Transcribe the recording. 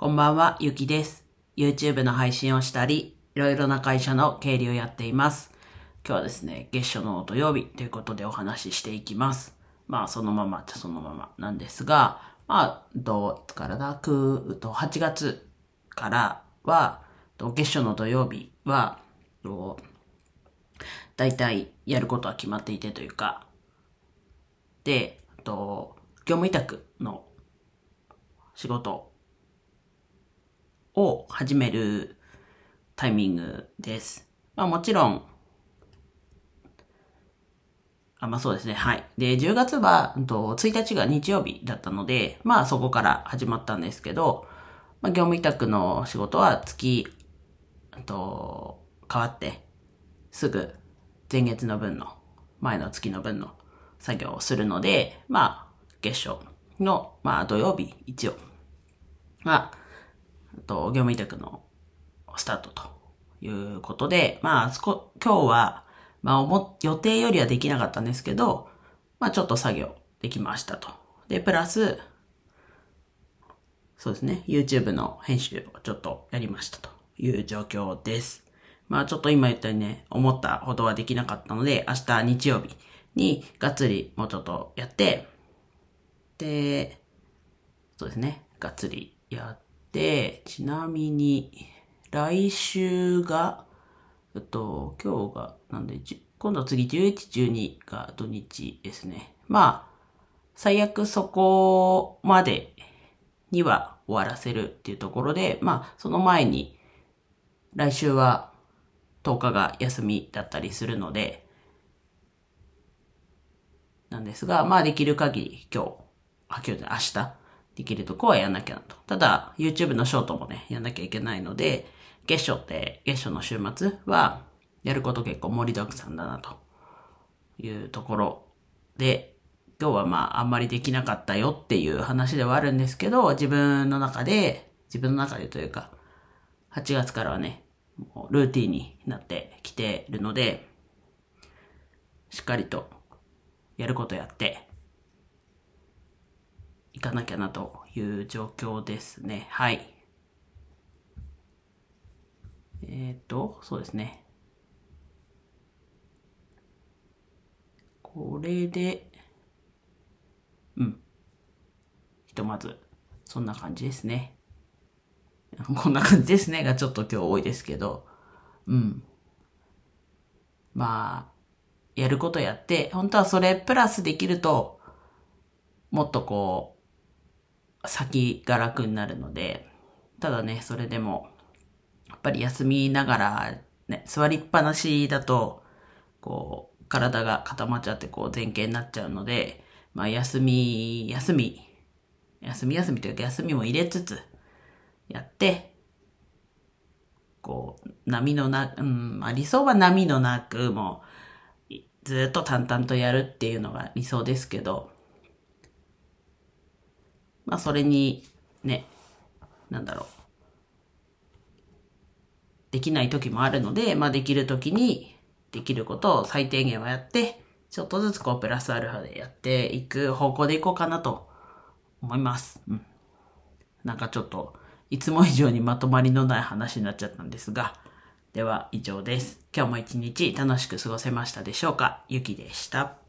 こんばんは、ゆきです。YouTube の配信をしたり、いろいろな会社の経理をやっています。今日はですね、月初の土曜日ということでお話ししていきます。そのままなんですが、いつからだ、8月からは、月初の土曜日は、だいたいやることは決まっていてというか、で、業務委託の仕事を始めるタイミングです。もちろん、そうですね。はい。で、10月は、1日が日曜日だったので、そこから始まったんですけど、業務委託の仕事は変わって、すぐ前月の分の、前の月の分の作業をするので、月初の、土曜日、一応、業務委託のスタートということで、今日は、予定よりはできなかったんですけど、ちょっと作業できましたと。で、プラス、そうですね、YouTube の編集をちょっとやりましたという状況です。ちょっと今言ったようにね、思ったほどはできなかったので、明日日曜日にがっつりもうちょっとやって、で、そうですね、がっつりやって、ちなみに、来週が、今日が、なんで、今度次11、12が土日ですね。最悪そこまでには終わらせるっていうところで、その前に、来週は10日が休みだったりするので、なんですが、できる限り明日、できるとこはやんなきゃなと。ただ、YouTube のショートもね、やんなきゃいけないので、月初の週末は、やること結構盛りだくさんだな、というところで、今日はあんまりできなかったよっていう話ではあるんですけど、自分の中でというか、8月からはね、もうルーティーンになってきているので、しっかりとやることやって、いかなきゃなという状況ですね。はい。そうですね。これで、ひとまず、そんな感じですね。こんな感じですねがちょっと今日多いですけど、やることやって、本当はそれプラスできると、もっと先が楽になるので、ただね、それでも、やっぱり休みながら、ね、座りっぱなしだと、体が固まっちゃって、前傾になっちゃうので、休みというか休みも入れつつ、やって、理想は波のなく、もう、ずっと淡々とやるっていうのが理想ですけど、それに、ね、できない時もあるので、できる時に、できることを最低限はやって、ちょっとずつプラスアルファでやっていく方向でいこうかなと思います。ちょっと、いつも以上にまとまりのない話になっちゃったんですが、では以上です。今日も一日楽しく過ごせましたでしょうか？ゆきでした。